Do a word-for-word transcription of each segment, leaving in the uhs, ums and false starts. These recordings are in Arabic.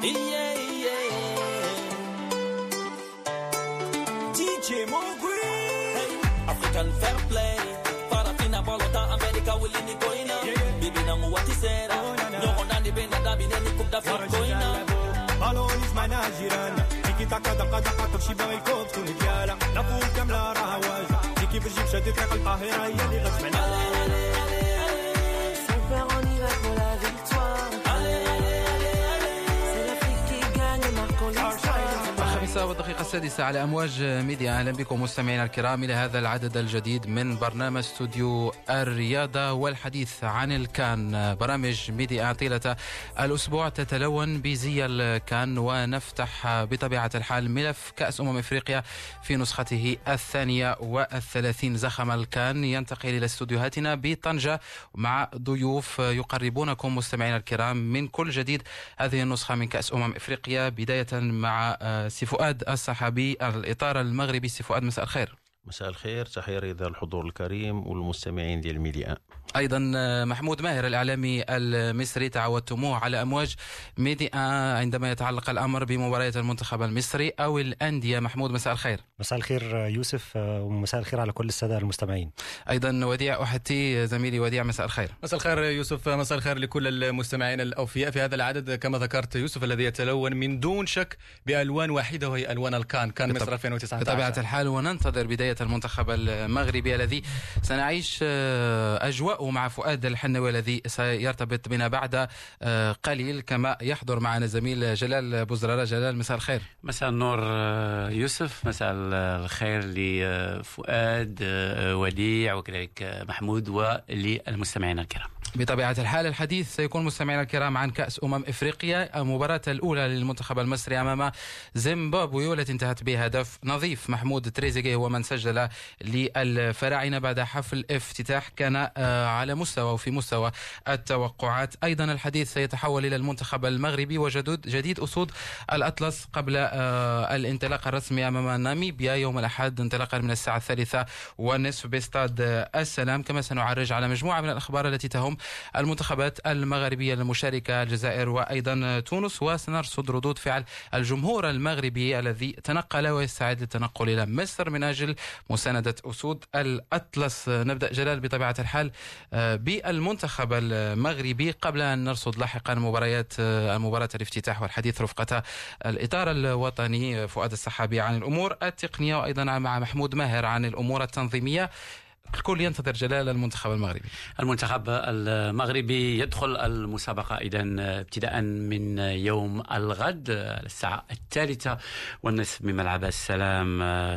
Yeah, yeah. D J Mogri. Hey, African fair play. Farafina bolota America willing goina. Bibi na muwati sera. No ndani bena dabi neni kubda fit goina. Balon is manajiran. Tikitaka daka daka تمشي باغي الكوب توني ديالها. نقول كاملة راها واجهة. تيكي بجيب شادي طريق القاهرة هي اللي غتجمعنا. Sans peur on y va pour la victoire. C'est l'Afrique qui gagne, marquons l'histoire. الخامسة والدقيقة السادسة على أمواج ميديا. أهلا بكم مستمعينا الكرام إلى هذا العدد الجديد من برنامج استوديو الرياضة والحديث عن الكان. برامج ميديا طيلة الأسبوع تتلون بزي الكان، ونفتح بطبيعة الحال ملف كأس أمم إفريقيا في نسخته الثانية والثلاثين. زخم الكان ينتقل إلى استوديوهاتنا بطنجة مع ضيوف يقربونكم مستمعينا الكرام من كل جديد هذه النسخة من كأس أمم إفريقيا، بداية مع سي فؤاد الصحابي الإطار المغربي. سي فؤاد مساء الخير. مساء الخير، تحية رضا الحضور الكريم والمستمعين ديال ميديا. أيضا محمود ماهر الإعلامي المصري، تعودتموه على أمواج ميديا عندما يتعلق الأمر بمباريات المنتخب المصري أو الأندية. محمود مساء الخير. مساء الخير يوسف، ومساء الخير على كل السادة المستمعين. أيضا وديع أحتي زميلي. وديع مساء الخير. مساء الخير يوسف، مساء الخير لكل المستمعين الأوفياء في هذا العدد كما ذكرت يوسف الذي يتلون من دون شك بألوان واحدة وهي ألوان الكان، كان مصر ألفين وتسعة عشر بطبيعة الحال. وننتظر بداية المنتخب المغربي الذي سنعيش أجواء مع فؤاد الحنوي الذي سيرتبط بنا بعد قليل، كما يحضر معنا زميل جلال بوزرارة. جلال مساء الخير. مساء النور يوسف، مساء الخير لفؤاد وديع وكذلك محمود وللمستمعين الكرام. بطبيعة الحال الحديث سيكون مستمعينا الكرام عن كأس أمم إفريقيا، المباراة الأولى للمنتخب المصري أمام زيمبابوي والتي انتهت بهدف نظيف. محمود تريزيجيه هو من سجل للفراعنة بعد حفل افتتاح كان على مستوى وفي مستوى التوقعات. أيضا الحديث سيتحول إلى المنتخب المغربي وجدود جديد أسود الأطلس قبل الانطلاق الرسمي أمام ناميبيا يوم الأحد انطلاقا من الساعة الثالثة والنصف باستاد السلام. كما سنعرج على مجموعة من الأخبار التي تهم المنتخبات المغربية المشاركة، الجزائر وأيضا تونس، وسنرصد ردود فعل الجمهور المغربي الذي تنقل ويستعد للتنقل إلى مصر من أجل مساندة أسود الأطلس. نبدأ جلال بطبيعة الحال بالمنتخب المغربي قبل أن نرصد لاحقا مباريات مباراة الافتتاح والحديث رفقة الإطار الوطني فؤاد الصحابي عن الأمور التقنية، وأيضا مع محمود ماهر عن الأمور التنظيمية. الكل ينتظر جلال المنتخب المغربي. المنتخب المغربي يدخل المسابقة إذن ابتداء من يوم الغد الساعة الثالثة والنصف من ملعب السلام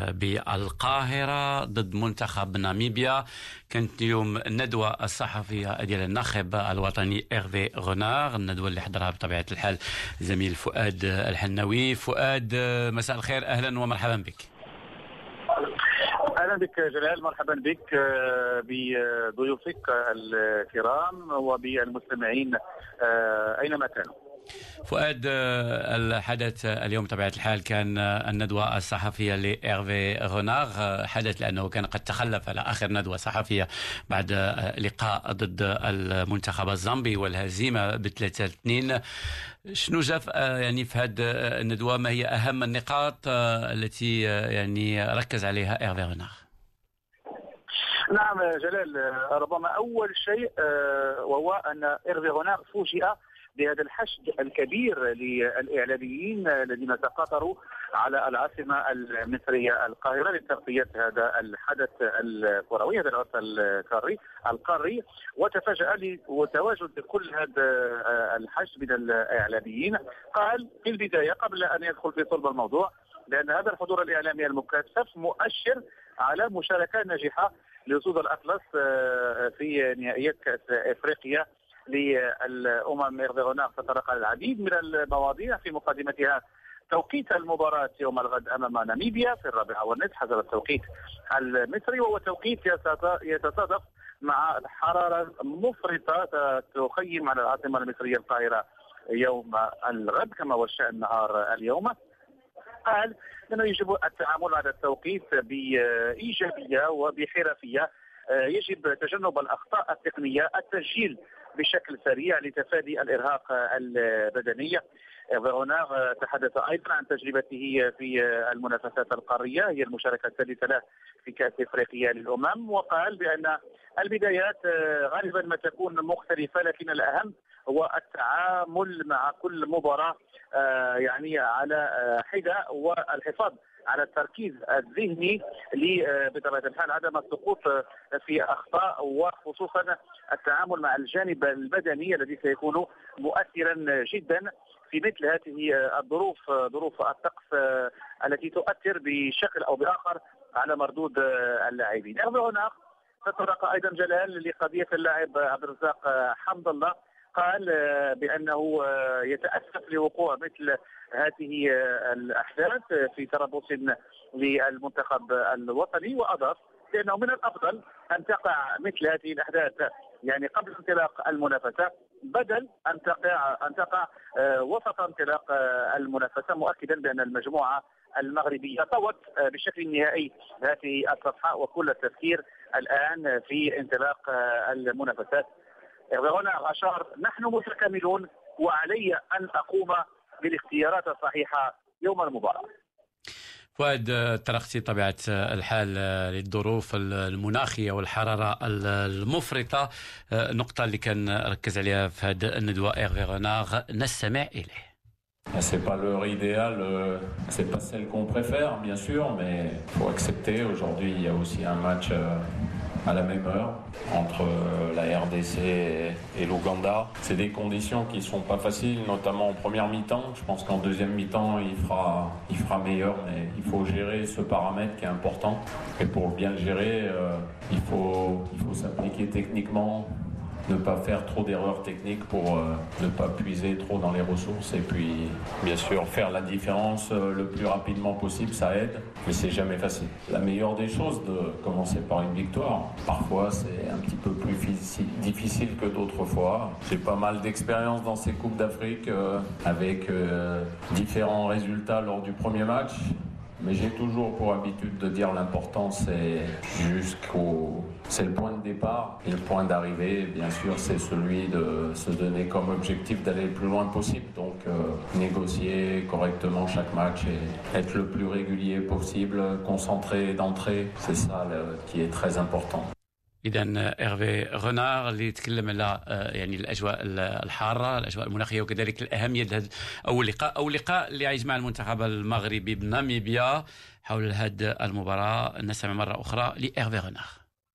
بالقاهرة ضد منتخب ناميبيا. كانت اليوم الندوة الصحفية ديال الناخب الوطني إيرفي غونار، الندوة اللي حضرها بطبيعة الحال زميل فؤاد الحنوي. فؤاد مساء الخير، أهلا ومرحبا بك. أهلا بك جلال، مرحبا بك بضيوفك الكرام وبالمستمعين أينما كانوا. فؤاد، الحدث اليوم طبيعة الحال كان الندوة الصحفية لإيرفي غونار، حدث لأنه كان قد تخلف على آخر ندوة صحفية بعد لقاء ضد المنتخب الزامبي والهزيمة بثلاثة اثنين. شنو جاء يعني في هذه الندوة؟ ما هي أهم النقاط التي يعني ركز عليها إيرفي غونار؟ نعم جلال، ربما أول شيء وهو أن إيرفي غونار فوجئ بهذا الحشد الكبير للإعلاميين الذين تقاطروا على العاصمة المصرية القاهرة لتغطية هذا الحدث الكروي، هذا العرس القاري القاري وتفاجأ لتواجد كل هذا الحشد من الإعلاميين. قال في البداية قبل أن يدخل في صلب الموضوع لأن هذا الحضور الإعلامي المكثف مؤشر على مشاركة ناجحة لأسود الأطلس في نهائيات كأس إفريقيا للأمم. إيرفي غونار تطرق على العديد من المواضيع في مقدمتها توقيت المباراة يوم الغد أمام ناميبيا في الرابعة والنصف حسب التوقيت المصري، وهو توقيت يتصادف مع حرارة مفرطة تخيم على العاصمة المصرية القاهرة يوم الغد كما هو الشأن نهار اليوم. قال أنه يجب التعامل على التوقيت بإيجابية وبحرفية، يجب تجنب الأخطاء التقنية، التسجيل بشكل سريع لتفادي الإرهاق البدني. إيرفي رونار تحدث أيضا عن تجربته في المنافسات القارية، هي المشاركة الثالثة له في كأس إفريقيا للأمم، وقال بأن البدايات غالبا ما تكون مختلفة، لكن الأهم هو التعامل مع كل مباراة يعني على حدة والحفاظ على التركيز الذهني بطبيعة الحال عدم السقوط في أخطاء، وخصوصا التعامل مع الجانب البدني الذي سيكون مؤثرا جدا في مثل هذه الظروف، ظروف الطقس التي تؤثر بشكل أو بآخر على مردود اللاعبين. هنا تطرق أيضا جلال لقضية اللاعب عبد الرزاق حمد الله، قال بأنه يتأسف لوقوع مثل هذه الأحداث في تربص للمنتخب الوطني، وأضاف بأنه من الأفضل أن تقع مثل هذه الأحداث يعني قبل انطلاق المنافسة بدل أن تقع أن تقع وسط انطلاق المنافسة، مؤكدا بأن المجموعة المغربية طوت بشكل نهائي هذه الصفحة وكل التفكير الآن في انطلاق المنافسات. هنا أشار: نحن متكاملون وعلي أن أقوم بالاختيارات الصحيحة يوم المباراة. فؤاد، طرقتي طبيعة الحال للظروف المناخية والحرارة المفرطة، نقطة اللي كان ركز عليها في هذه الندوة إيرفي رونار، نستمع إليه. C'est pas l'heure idéale, c'est pas celle qu'on préfère, bien sûr, mais faut accepter. Aujourd'hui, il y a aussi un match à la même heure entre la R D C et l'Ouganda. C'est des conditions qui sont pas faciles, notamment en première mi-temps. Je pense qu'en deuxième mi-temps, il fera, il fera meilleur, mais il faut gérer ce paramètre qui est important. Et pour bien le gérer, euh, il faut, il faut s'appliquer techniquement, ne pas faire trop d'erreurs techniques pour euh, ne pas puiser trop dans les ressources, et puis bien sûr faire la différence euh, le plus rapidement possible, ça aide, mais c'est jamais facile. La meilleure des choses, de commencer par une victoire. Parfois c'est un petit peu plus difficile que d'autres fois. J'ai pas mal d'expérience dans ces Coupes d'Afrique euh, avec euh, différents résultats lors du premier match. Mais j'ai toujours pour habitude de dire l'important c'est jusqu'au c'est le point de départ, et le point d'arrivée bien sûr c'est celui de se donner comme objectif d'aller le plus loin possible, donc euh, négocier correctement chaque match et être le plus régulier possible, concentré d'entrée, c'est ça le, qui est très important. إذا إيرفي رونار اللي يتكلم على يعني الأجواء الحارة، الأجواء المناخية، وكذلك الأهمية لهذا أول لقاء أو لقاء اللي يجمع المنتخب المغربي بناميبيا حول هذه المباراة. نستمع مرة أخرى لإيرفي رونار.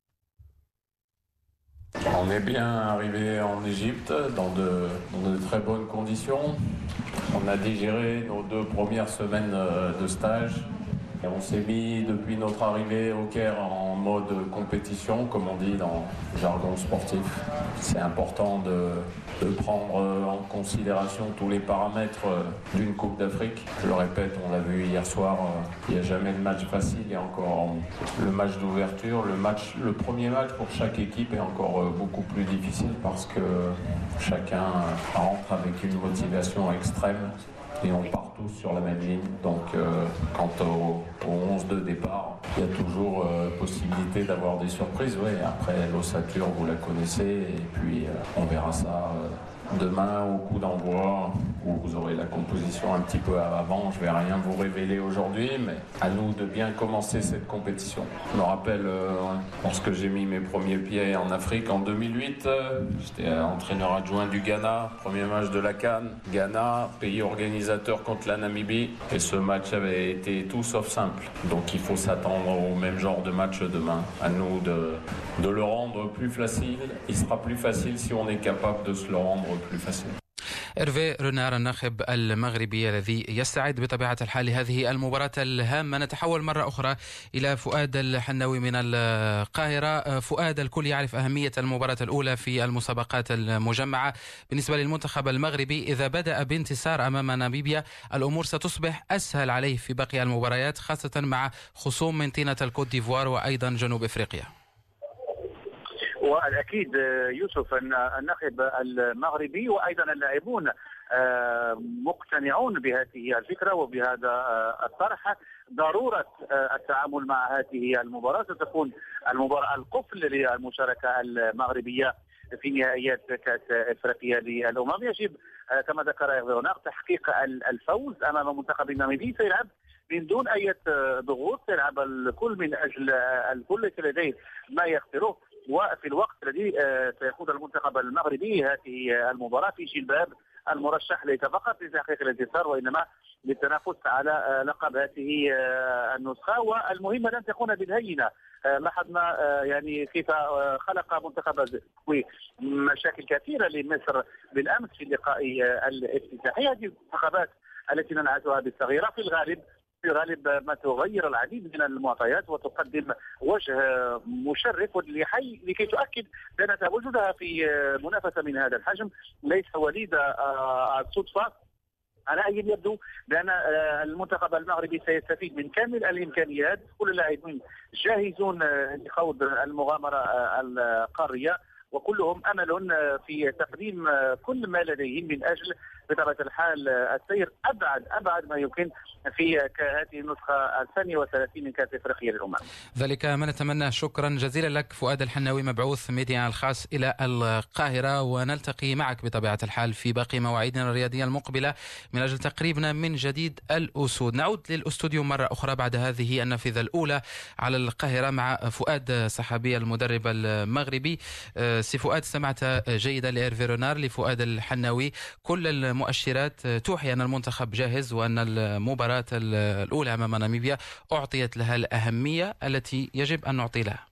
On est bien arrivé en Égypte dans de, dans de très bonnes conditions. On a digéré nos deux premières semaines de stage. Et on s'est mis depuis notre arrivée au Caire en mode compétition, comme on dit dans le jargon sportif. C'est important de, de prendre en considération tous les paramètres d'une Coupe d'Afrique. Je le répète, on l'a vu hier soir, il n'y a jamais de match facile. Il y a encore le match d'ouverture. Le, match, le premier match pour chaque équipe est encore beaucoup plus difficile parce que chacun rentre avec une motivation extrême. Et on part tous sur la même ligne. Donc, euh, quant au, au onze de départ, il y a toujours euh, possibilité d'avoir des surprises. Ouais, après, l'ossature, vous la connaissez. Et puis, euh, on verra ça euh, demain au coup d'envoi, où vous aurez la composition un petit peu avant. Je ne vais rien vous révéler aujourd'hui, mais à nous de bien commencer cette compétition. Je me rappelle, euh, lorsque j'ai mis mes premiers pieds en Afrique en deux mille huit, euh, j'étais entraîneur adjoint du Ghana, premier match de la CAN. Ghana, pays organisateur contre la Namibie, et ce match avait été tout sauf simple. Donc il faut s'attendre au même genre de match demain. À nous de, de le rendre plus facile. Il sera plus facile si on est capable de se le rendre plus facile. إيرفي رونار الناخب المغربي الذي يستعد بطبيعة الحال لهذه المباراة الهامة. نتحول مرة أخرى إلى فؤاد الحناوي من القاهرة. فؤاد، الكل يعرف أهمية المباراة الأولى في المسابقات المجمعة بالنسبة للمنتخب المغربي. إذا بدأ بانتصار أمام ناميبيا الأمور ستصبح أسهل عليه في باقي المباريات، خاصة مع خصوم من طينة الكوت ديفوار وأيضا جنوب إفريقيا. والأكيد يوسف أن الناخب المغربي وأيضا اللاعبون مقتنعون بهذه الفكرة وبهذا الطرح. ضرورة التعامل مع هذه المباراة ستكون المباراة القفل للمشاركة المغربية في نهائيات كأس إفريقيا للأمم. يجب كما ذكر إيرفي رونار تحقيق الفوز أمام منتخب الناميبي. سيلعب من دون أي ضغوط، سيلعب الكل من أجل الكل ليس لديه ما يخسره، وفي الوقت الذي سيخوض المنتخب المغربي هذه المباراة في جلباب المرشح ليس فقط لتحقيق الانتصار وإنما للتنافس على لقب هذه النسخة. والمهمة لن تكون بالهينة. لاحظنا يعني كيف خلق منتخب الزيمبابوي مشاكل كثيرة لمصر بالأمس في اللقاء الافتتاحي. هذه الانتخابات التي ننعتها بالصغيرة في الغالب في الغالب ما تغير العديد من المعطيات وتقدم وجه مشرف لحي لكي تؤكد بأن تواجدها في منافسة من هذا الحجم ليس وليد الصدفة. على أي يبدو بأن المنتخب المغربي سيستفيد من كامل الإمكانيات، كل اللاعبين جاهزون لخوض المغامرة القارية وكلهم أمل في تقديم كل ما لديهم من أجل بطبيعة الحال السير أبعد أبعد ما يمكن في هذه النسخة الثانية والثلاثين من كأس إفريقيا للأمم. ذلك ما نتمنى. شكرا جزيلا لك فؤاد الحناوي مبعوث ميديا الخاص إلى القاهرة، ونلتقي معك بطبيعة الحال في باقي مواعيدنا الرياضية المقبلة من أجل تقريبنا من جديد الأسود. نعود للأستوديو مرة أخرى بعد هذه النافذة الأولى على القاهرة مع فؤاد صحابي المدرب المغربي. سي فؤاد، سمعت جيدا لإيرفي رونار لفؤاد الحناوي، كل المؤشرات توحي أن المنتخب جاهز وأن المباراة الأولى أمام ناميبيا أعطيت لها الأهمية التي يجب أن نعطي لها.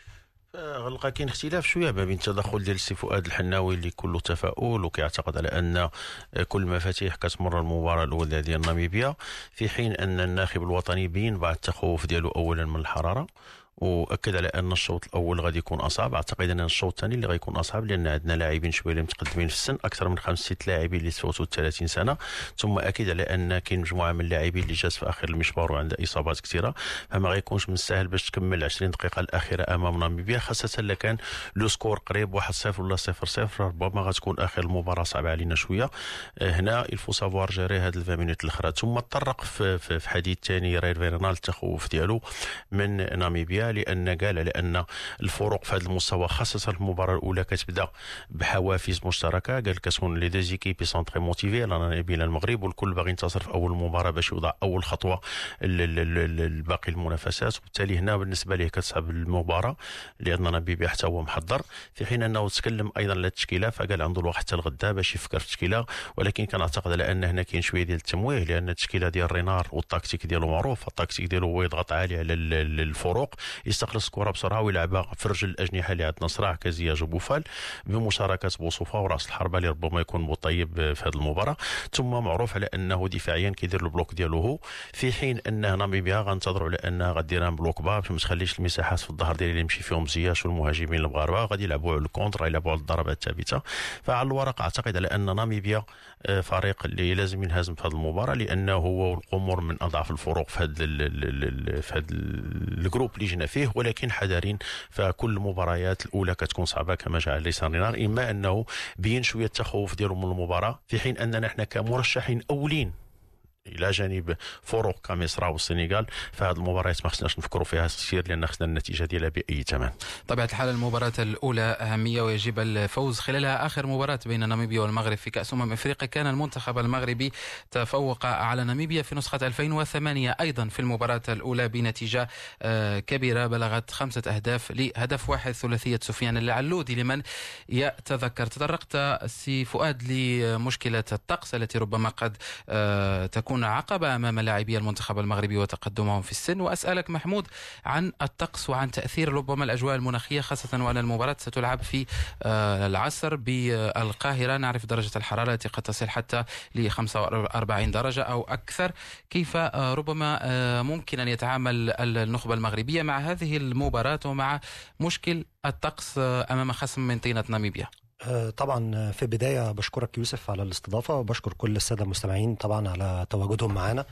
غلقا كاين اختلاف شويه ما بين التدخل ديال السي فؤاد الحناوي اللي كله تفاؤل وكيعتقد على ان كل المفاتيح كتمر المباراه الاولى ديال ناميبيا، في حين ان الناخب الوطني بين بعض التخوف ديالو اولا من الحراره، واكد على ان الشوط الاول غادي يكون اصعب. اعتقد ان الشوط الثاني اللي غيكون اصعب لان عندنا لاعبين شويه اللي متقدمين في السن، اكثر من خمس ست لاعبين اللي تفوتوا ثلاثين سنه، ثم اكد على ان كاين مجموعه من اللاعبين اللي جات في اخر المشوار وعندها اصابات كثيره، فما غيكونش من السهل باش تكمل عشرين دقيقه الاخيره امام ناميبيا، خاصه الا كان لو سكور قريب واحد صفر ولا صفر صفر، ربما غتكون اخر المباراه صعبه علينا شويه. هنا الفو سافوار جيري هاد العشرين مينوت الاخرى. ثم تطرق في, في, في حديث ثاني إيرفي رونار التخوف ديالو من ناميبيا، لان قال لان الفروق في هذا المستوى خاصه المباراه الاولى كتبدا بحوافز مشتركه. قال كتكون لي دو زيكيب سون تري موتيفي بين المغرب والكل باغي ينتصر في اول مباراه باش يوضع اول خطوه لباقي المنافسات، وبالتالي هنا بالنسبه ليه كتصعب المباراه لان ناميبيا حتى هو محضر، في حين انه تكلم ايضا على التشكيله، فقال عنده الوقت حتى الغدا باش يفكر في التشكيله، ولكن كنعتقد على ان هنا كاين شويه ديال التمويه لان التشكيله ديال رينار والتكتيك ديالو معروف. التكتيك ديالو هو يضغط عالي على الفروق، يستخلص الكره بسرعه ويلعبها في رجل الاجنحه اللي عندنا صراع كزياج وبوفال بمشاركه بوصوفه وراس الحربه اللي ربما يكون مطيب في هذه المباراه. ثم معروف على انه دفاعيا كيدير البلوك ديالو هو، في حين ان ناميبيا غنتظروا على انها غديرها بلوك با باش ما تخليش المساحات في الظهر ديالها اللي يمشي فيهم زياش والمهاجمين المغاربه، غادي يلعبوا على الكونتر، يلعبوا على الضربات الثابته. فعلى الورق اعتقد على ان ناميبيا فريق اللي لازم ينهزم في هذه المباراه، لانه هو والقمر من اضعف الفروق في هذا في هذا الجروب اللي جينا فيه، ولكن حذرين فكل المباريات الاولى كتكون صعبه كما جعل لسان رينار، اما انه بين شويه التخوف ديالهم من المباراه، في حين اننا احنا كمرشحين اولين الى جانب فروق كمصر والسنغال فهذه المباريات ما خصناش نفكروا فيها كثير لان خصنا النتيجه ديالها باي ثمن. طبيعه الحال المباراه الاولى اهميه ويجب الفوز خلالها. اخر مباراه بين ناميبيا والمغرب في كاس امم افريقيا كان المنتخب المغربي تفوق على ناميبيا في نسخه ألفين وثمانية ايضا في المباراه الاولى بنتيجه كبيره بلغت خمسه اهداف لهدف واحد، ثلاثيه سفيان العلودي لمن يتذكر. تطرقت سي فؤاد لمشكله الطقس التي ربما قد تكون عقبة أمام لاعبي المنتخب المغربي وتقدمهم في السن، وأسألك محمود عن الطقس وعن تأثير ربما الأجواء المناخية، خاصة وأن المباراة ستلعب في العصر بالقاهرة. نعرف درجة الحرارة التي قد تصل حتى ل خمسة وأربعين درجة أو أكثر. كيف ربما ممكن أن يتعامل النخبة المغربية مع هذه المباراة ومع مشكل الطقس أمام خصم من طينة ناميبيا؟ طبعا في البداية بشكرك يوسف على الاستضافة، وبشكر كل السادة المستمعين طبعا على تواجدهم معنا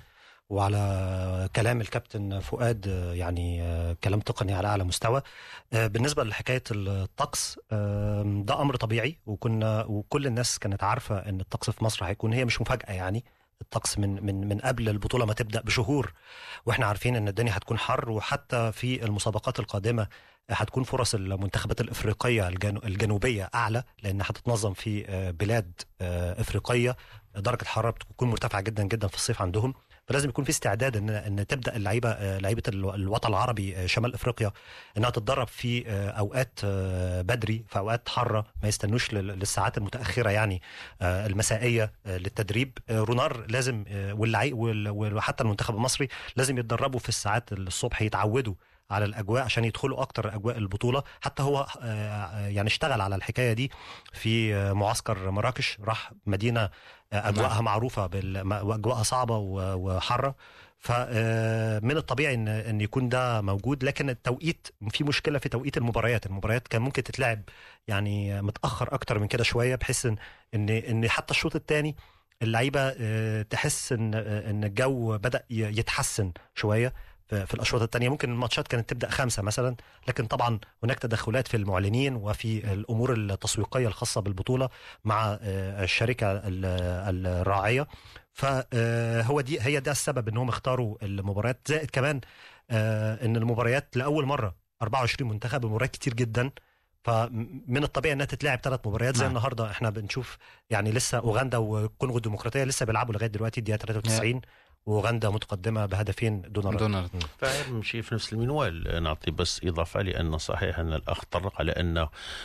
وعلى كلام الكابتن فؤاد، يعني كلام تقني على أعلى مستوى. بالنسبة لحكاية الطقس ده أمر طبيعي، وكنا وكل الناس كانت عارفة أن الطقس في مصر هيكون، هي مش مفاجأة يعني. الطقس من من من قبل البطولة ما تبدأ بشهور واحنا عارفين ان الدنيا هتكون حر، وحتى في المسابقات القادمة هتكون فرص المنتخبات الافريقيه الجنوبيه اعلى، لان هتتنظم في بلاد افريقيه درجه الحراره بتكون مرتفعه جدا جدا في الصيف عندهم، فلازم يكون في استعداد ان ان تبدا اللعيبه لعيبه الوطن العربي شمال افريقيا انها تتدرب في اوقات بدري، في اوقات حاره، ما يستنوش للساعات المتاخره يعني المسائيه للتدريب. رونار لازم وحتى المنتخب المصري لازم يتدربوا في الساعات الصبح، يتعودوا على الاجواء عشان يدخلوا اكتر اجواء البطوله. حتى هو يعني اشتغل على الحكايه دي في معسكر مراكش، راح مدينه اجواءها معروفه باجواءها صعبه وحاره، فمن الطبيعي ان ان يكون ده موجود. لكن التوقيت، في مشكله في توقيت المباريات المباريات كان ممكن تتلعب يعني متاخر اكتر من كده شويه، بحيث ان ان حتى الشوط الثاني اللعيبه تحس ان ان الجو بدا يتحسن شويه. في الاشواط الثانيه ممكن الماتشات كانت تبدا خمسة مثلا، لكن طبعا هناك تدخلات في المعلنين وفي الامور التسويقيه الخاصه بالبطوله مع الشركه الراعيه، فهو دي هي ده السبب انهم اختاروا المباريات. زائد كمان ان المباريات لاول مره أربعة وعشرين منتخب، مباريات كتير جدا، فمن الطبيعي انها تتلعب ثلاث مباريات زي النهارده. احنا بنشوف يعني لسه اوغندا والكونغو الديمقراطيه لسه بيلعبوا لغايه دلوقتي الدقيقه ثلاثة وتسعين، واوغندا متقدمه بهدفين دون رد. فنمشي في نفس المنوال. نعطي بس اضافه، لان صحيح ان الاخ طرق على ان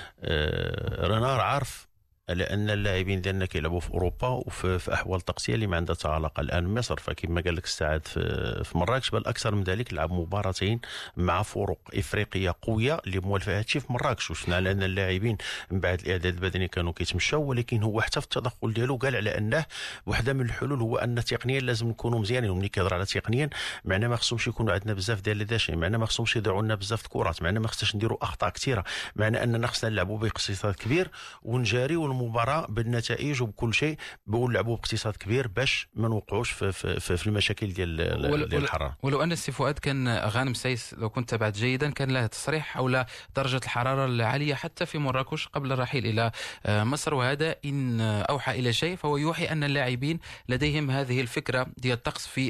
رونار عارف على ان اللاعبين ديالنا كيلعبوا في اوروبا وفي في احوال طقسيه اللي ما عندها علاقه الان مصر، فكما قال لك السعاد في, في مراكش، بل اكثر من ذلك لعب مباراتين مع فرق افريقيه قويه اللي موالفه هادشي في مراكش. وشفنا على ان اللاعبين من بعد الاعداد البدني كانوا كيتمشاو، ولكن هو حتى في التدخل ديالو قال على انه واحده من الحلول هو ان تقنيا لازم نكونوا مزيانين. وملي كيهضر على تقنيا معنا ما خصهمش يكونوا عندنا بزاف ديال الداشين، معنا ما خصهمش يضيعوا لنا بزاف الكرات، معنا ما خصناش نديروا اخطاء كثيره، معنا اننا خصنا نلعبوا باقتصاد كبير ونجاريوا المباراه بالنتائج وبكل شيء، ونلعبوا باقتصاد كبير باش ما نوقعوش في, في, في المشاكل ديال ديال الحراره. ولو ان السي فؤاد كان غانم سايس لو كنت تابعت جيدا كان له تصريح حول درجه الحراره العاليه حتى في مراكش قبل الرحيل الى مصر، وهذا ان اوحى الى شيء فهو يوحي ان اللاعبين لديهم هذه الفكره ديال الطقس في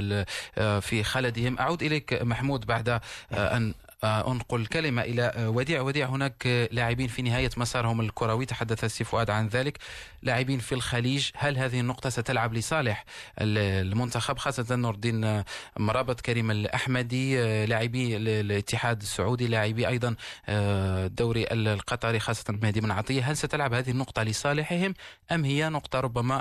في خلدهم. اعود اليك محمود بعد ان أنقل كلمة إلى وديع. وديع، هناك لاعبين في نهاية مسارهم الكروي، تحدث السي فؤاد عن ذلك، لاعبين في الخليج، هل هذه النقطة ستلعب لصالح المنتخب، خاصة نور الدين مرابط، كريم الأحمدي، لاعبي الاتحاد السعودي، لاعبي أيضا الدوري القطري خاصة مهدي بن عطية، هل ستلعب هذه النقطة لصالحهم أم هي نقطة ربما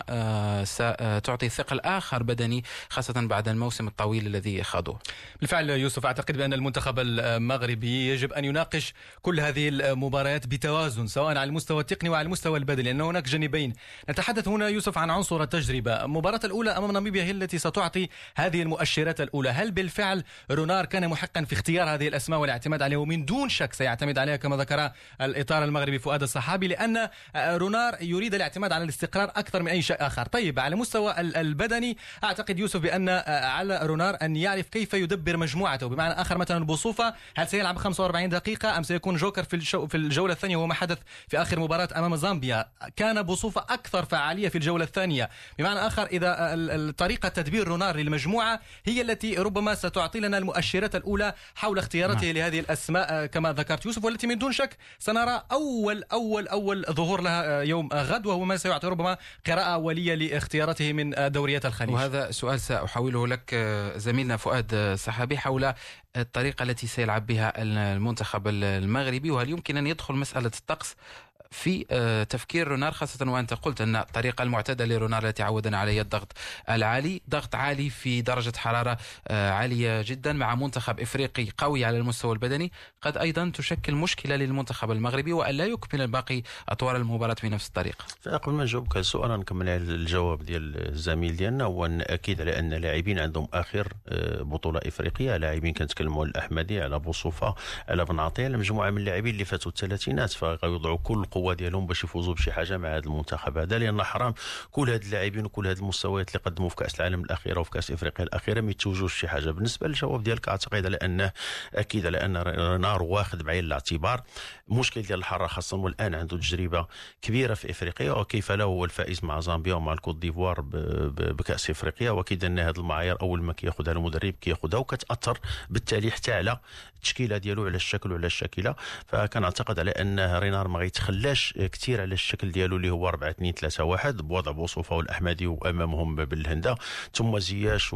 ستعطي ثقل آخر بدني خاصة بعد الموسم الطويل الذي خاضوه؟ بالفعل يوسف، أعتقد بأن المنتخب المغربي يجب أن يناقش كل هذه المباريات بتوازن، سواء على المستوى التقني وعلى المستوى البدني، لأن هناك جانبين. نتحدث هنا يوسف عن عنصر التجربة. المباراة الأولى أمام ناميبيا هي التي ستعطي هذه المؤشرات الأولى. هل بالفعل رونار كان محقا في اختيار هذه الأسماء والاعتماد عليها؟ ومن دون شك سيعتمد عليها كما ذكر الإطار المغربي فؤاد الصحابي، لأن رونار يريد الاعتماد على الاستقرار أكثر من أي شيء آخر. طيب، على المستوى البدني أعتقد يوسف بأن على رونار أن يعرف كيف يدبر مجموعته، بمعنى آخر مثلا بوصوفة هل سيلعب خمسة وأربعين دقيقة أم سيكون جوكر في الجو في الجولة الثانية، وهو ما حدث في آخر مباراة أمام زامبيا. كان بوصوفة أكثر فعالية في الجولة الثانية. بمعنى آخر، إذا طريقة تدبير رونار للمجموعة هي التي ربما ستعطي لنا المؤشرات الأولى حول اختيارته لهذه الأسماء كما ذكرت يوسف، والتي من دون شك سنرى أول أول أول ظهور لها يوم غد، وهو ما سيعطي ربما قراءة أولية لاختيارته من دوريات الخليج. وهذا سؤال سأحوله لك زميلنا فؤاد صحابي حول الطريقة التي سيلعب بها المنتخب المغربي، وهل يمكن أن يدخل مسألة الطقس في تفكير رونار، خاصة وأنت قلت أن الطريقة المعتادة لرونار التي عودنا عليها الضغط العالي، ضغط عالي في درجة حرارة عالية جدا مع منتخب إفريقي قوي على المستوى البدني، قد أيضا تشكل مشكلة للمنتخب المغربي وألا يكمل الباقي أطوال المباراة بنفس الطريقة. فقبل ما نجاوبك على السؤال نكمل على الجواب ديال الزميل ديالنا، هو أكيد على أن لاعبين عندهم آخر بطولة إفريقية، لاعبين كنتكلموا على الأحمدي، على بوصوفة، على بن عطية، على مجموعة من اللاعبين اللي فاتوا الثلاثينات، فغيوضعوا كل القوه ديالهم باش يفوزوا بشي حاجه مع هذا المنتخب هذا، لان حرام كل هاد اللاعبين وكل هاد المستويات اللي قدموا في كاس العالم الاخيره وفي كاس افريقيا الاخيره ما يتوجوش شي حاجه. بالنسبه للجواب ديالك اعتقد على انه اكيد على ان رينار واخذ بعين الاعتبار المشكل ديال الحراره خاصه، والان عنده تجربه كبيره في افريقيا، وكيف له هو الفائز مع زامبيا ومع الكوت ديفوار بكاس افريقيا، واكيد ان هذه المعايير اول ما كياخذها المدرب كياخذها وكتاثر بالتالي حتى على التشكيله ديالو على الشكل وعلى الشكله. فكنعتقد على ان رينار ما غيتخلاش كثير على الشكل ديالو اللي هو أربعة اثنين ثلاثة واحد بوضع بوصوفه والاحمدي وامامهم بالهنده ثم زياش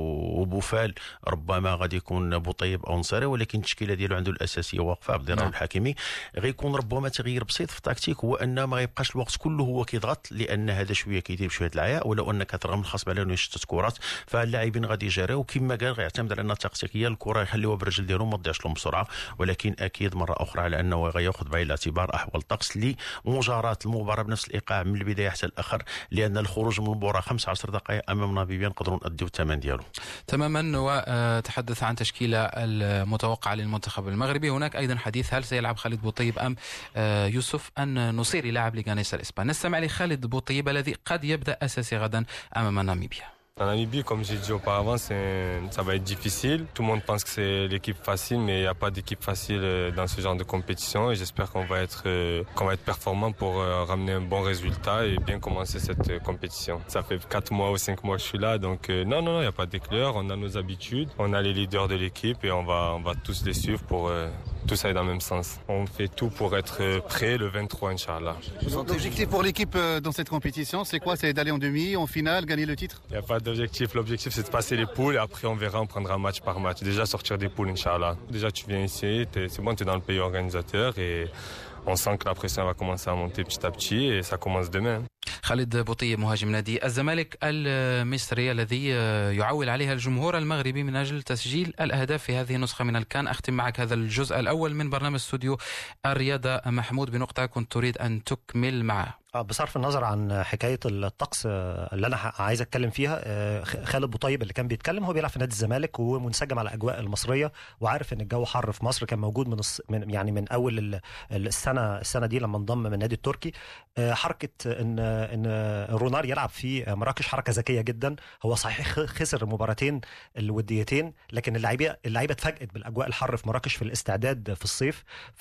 وبوفال، ربما غادي يكون بوطيب او نصيري، ولكن التشكيله ديالو عنده الاساسيه واقفه عبد الرحمن الحكيمي. غيكون ربما تغيير بسيط في التكتيك هو ان ما غيبقاش الوقت كله هو كيضغط، لان هذا شويه كيدير بشويه العياء، ولو انك ترغم الخصم على انه يشتت كرات فاللاعبين غادي يجريو كما قال غيعتمد على ان تكتيكيا الكره يخليوها بالرجل ديالهم ما تضيعش لهم بسرعه، ولكن اكيد مره اخرى على انه غياخذ بعين الاعتبار احوال الطقس لمجاراه المباراه بنفس الايقاع من البدايه حتى الاخر، لان الخروج من المباراه خمسة عشر دقيقه امام ناميبيا نقدروا ناديو الثمن ديالو تماما. وتحدث عن تشكيله المتوقعه للمنتخب المغربي، هناك ايضا حديث هل سيلعب خالد بوطيب ام يوسف ان نصيري لاعب لغانيس الاسبان. نستمع لخالد بوطيب الذي قد يبدا اساسي غدا امام ناميبيا. En Namibie, comme j'ai dit auparavant, ça va être difficile. Tout le monde pense que c'est l'équipe facile, mais il n'y a pas d'équipe facile dans ce genre de compétition. Et j'espère qu'on va être, qu'on va être performant pour ramener un bon résultat et bien commencer cette compétition. Ça fait quatre mois ou cinq mois que je suis là, donc non, non, il n'y a pas d'éclair. On a nos habitudes, on a les leaders de l'équipe et on va, on va tous les suivre pour tout ça aller dans le même sens. On fait tout pour être prêt le vingt-trois, Inch'Allah. L'objectif pour l'équipe dans cette compétition, c'est quoi? C'est d'aller en demi, en finale, gagner le titre? Il n'y a pas d'objectif. L'objectif, c'est de passer les poules et après, on verra, on prendra match par match. Déjà, sortir des poules, Inch'Allah. Déjà, tu viens ici, c'est bon, tu es dans le pays organisateur et on sent que la pression va commencer à monter petit à petit et ça commence demain. خالد بوطيب مهاجم نادي الزمالك المصري الذي يعول عليها الجمهور المغربي من أجل تسجيل الأهداف في هذه النسخة من الكان. أختم معك هذا الجزء الأول من برنامج استوديو الرياضة محمود بنقطة كنت تريد أن تكمل معه. بصرف النظر عن حكايه الطقس اللي انا عايز اتكلم فيها، خالد بوطيب اللي كان بيتكلم هو بيلعب في نادي الزمالك ومنسجم على الاجواء المصريه وعارف ان الجو حر في مصر، كان موجود من, الص... من يعني من اول السنه السنه دي لما انضم من النادي التركي. حركه ان ان رونار يلعب في مراكش حركه ذكيه جدا. هو صحيح خسر المباراتين الوديتين، لكن اللعيبه اللعيبه اتفاجئت بالاجواء الحر في مراكش في الاستعداد في الصيف،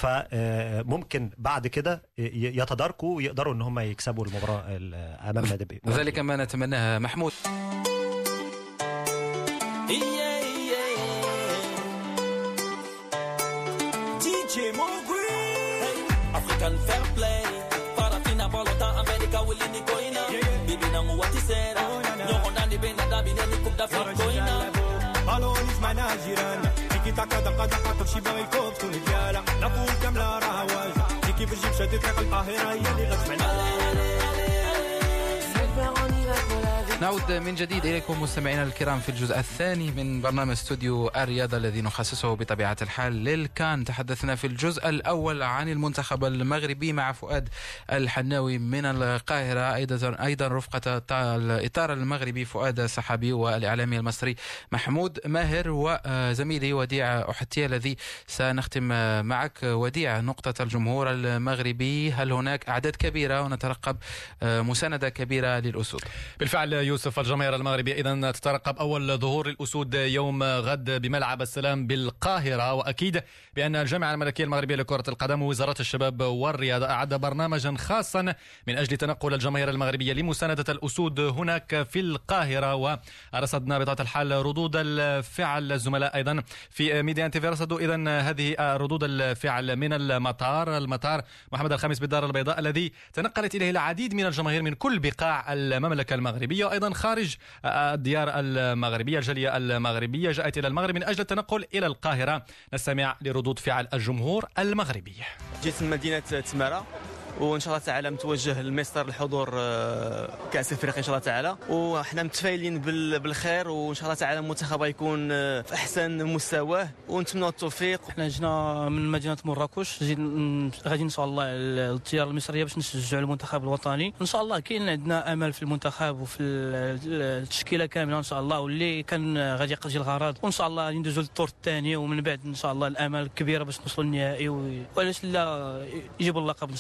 فممكن بعد كده يتداركوا ويقدروا ان هم يكسبوا المباراة أمام نادي. ذلك ما نتمناه محمود. كيف تجيب شادي طريق القاهرة هي اللي غتسمعنا. نعود من جديد إليكم مستمعينا الكرام في الجزء الثاني من برنامج استوديو الرياضة الذي نخصصه بطبيعة الحال للكان. تحدثنا في الجزء الأول عن المنتخب المغربي مع فؤاد الحناوي من القاهرة، أيضا أيضا رفقة الإطار المغربي فؤاد سحابي والإعلامي المصري محمود ماهر وزميلي وديع أحتية الذي سنختم معك. وديع، نقطة الجمهور المغربي، هل هناك أعداد كبيرة ونترقب مساندة كبيرة للأسود؟ بالفعل يوسف، الجماهير المغربية إذن تترقب أول ظهور للأسود يوم غد بملعب السلام بالقاهرة، وأكيد بأن الجامعة الملكية المغربية لكرة القدم ووزارة الشباب والرياضة أعد برنامجا خاصا من أجل تنقل الجماهير المغربية لمساندة الأسود هناك في القاهرة. ورصدنا بطبيعة الحال ردود الفعل الزملاء أيضا في ميديا تي في، رصدوا إذن هذه ردود الفعل من المطار المطار محمد الخامس بالدار البيضاء الذي تنقلت إليه العديد من الجماهير من كل بقاع المملكة المغربية وأيضا خارج الديار المغربية. الجالية المغربية جاءت إلى المغرب من أجل التنقل إلى القاهرة. نستمع لردود فعل الجمهور المغربي. جيت من مدينة تمارة وان شاء الله تعالى متوجه لمصر لحضور كاس افريقيا ان شاء الله تعالى، وحنا متفائلين بالخير وان شاء الله تعالى المنتخب يكون في احسن مستواه ونتمنوا التوفيق. احنا جينا من مدينه مراكش، غادي ان شاء الله للديار المصريه باش نشجعوا المنتخب الوطني. ان شاء الله كاين عندنا امل في المنتخب وفي التشكيله كامله ان شاء الله، واللي كان غادي يقضي الغرض، وان شاء الله ندوزوا للدور الثاني ومن بعد ان شاء الله الامل كبيره باش نوصلوا للنهائي، وعلاش لا يجيبوا اللقب ان شاء الله.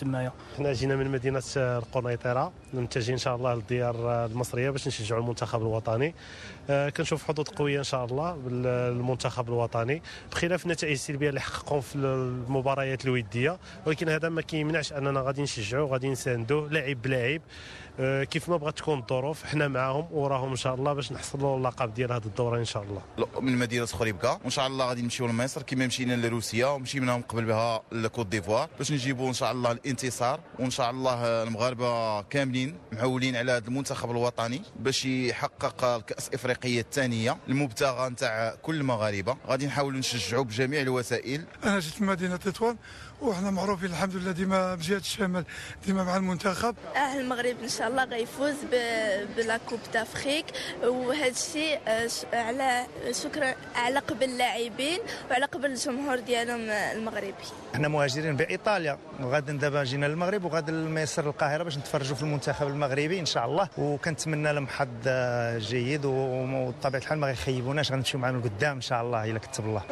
تمايا. حنا جينا من مدينه القنيطره متجهين ان شاء الله للديار المصريه باش نشجعوا المنتخب الوطني. آه كنشوف حظوظ قويه ان شاء الله بالمنتخب الوطني بخلاف النتائج السلبيه اللي حققهم في المباريات الوديه، ولكن هذا ما كيمنعش اننا غادي نشجعوا غادي نساندوه لاعب بلاعب. آه كيف ما بغات تكون الظروف حنا معاهم وراهم ان شاء الله باش نحصلوا اللقب ديال هذه الدوره ان شاء الله. من مدينه خريبكه وان شاء الله غادي نمشيو لمصر كما مشينا لروسيا ومشينا من قبل بها لكوت ديفوار باش نجيبوا ان شاء الله الانتصار، وان شاء الله المغاربه كاملين معولين على هذا المنتخب الوطني باش يحقق الكأس الافريقيه الثانيه المبتغى نتاع كل المغاربه. غادي نحاولوا نشجعوا بجميع الوسائل. انا جيت من مدينه تطوان وحنا معروفين الحمد لله ديما بجهه الشمال ديما مع المنتخب. اه المغرب ان شاء الله غيفوز بلا كوب دافريك، وهذا الشيء على شكرا على قبل اللاعبين وعلى قبل الجمهور ديالهم المغربي. احنا مهاجرين بايطاليا وغادي دابا جينا للمغرب وغادي لمصر القاهره باش نتفرجوا في المنتخب المغربي ان شاء الله، وكنتمنى لهم حظ جيد وبطبيعه الحال ما غيخيبوناش غنمشيو معاهم لقدام ان شاء الله الا كتب الله.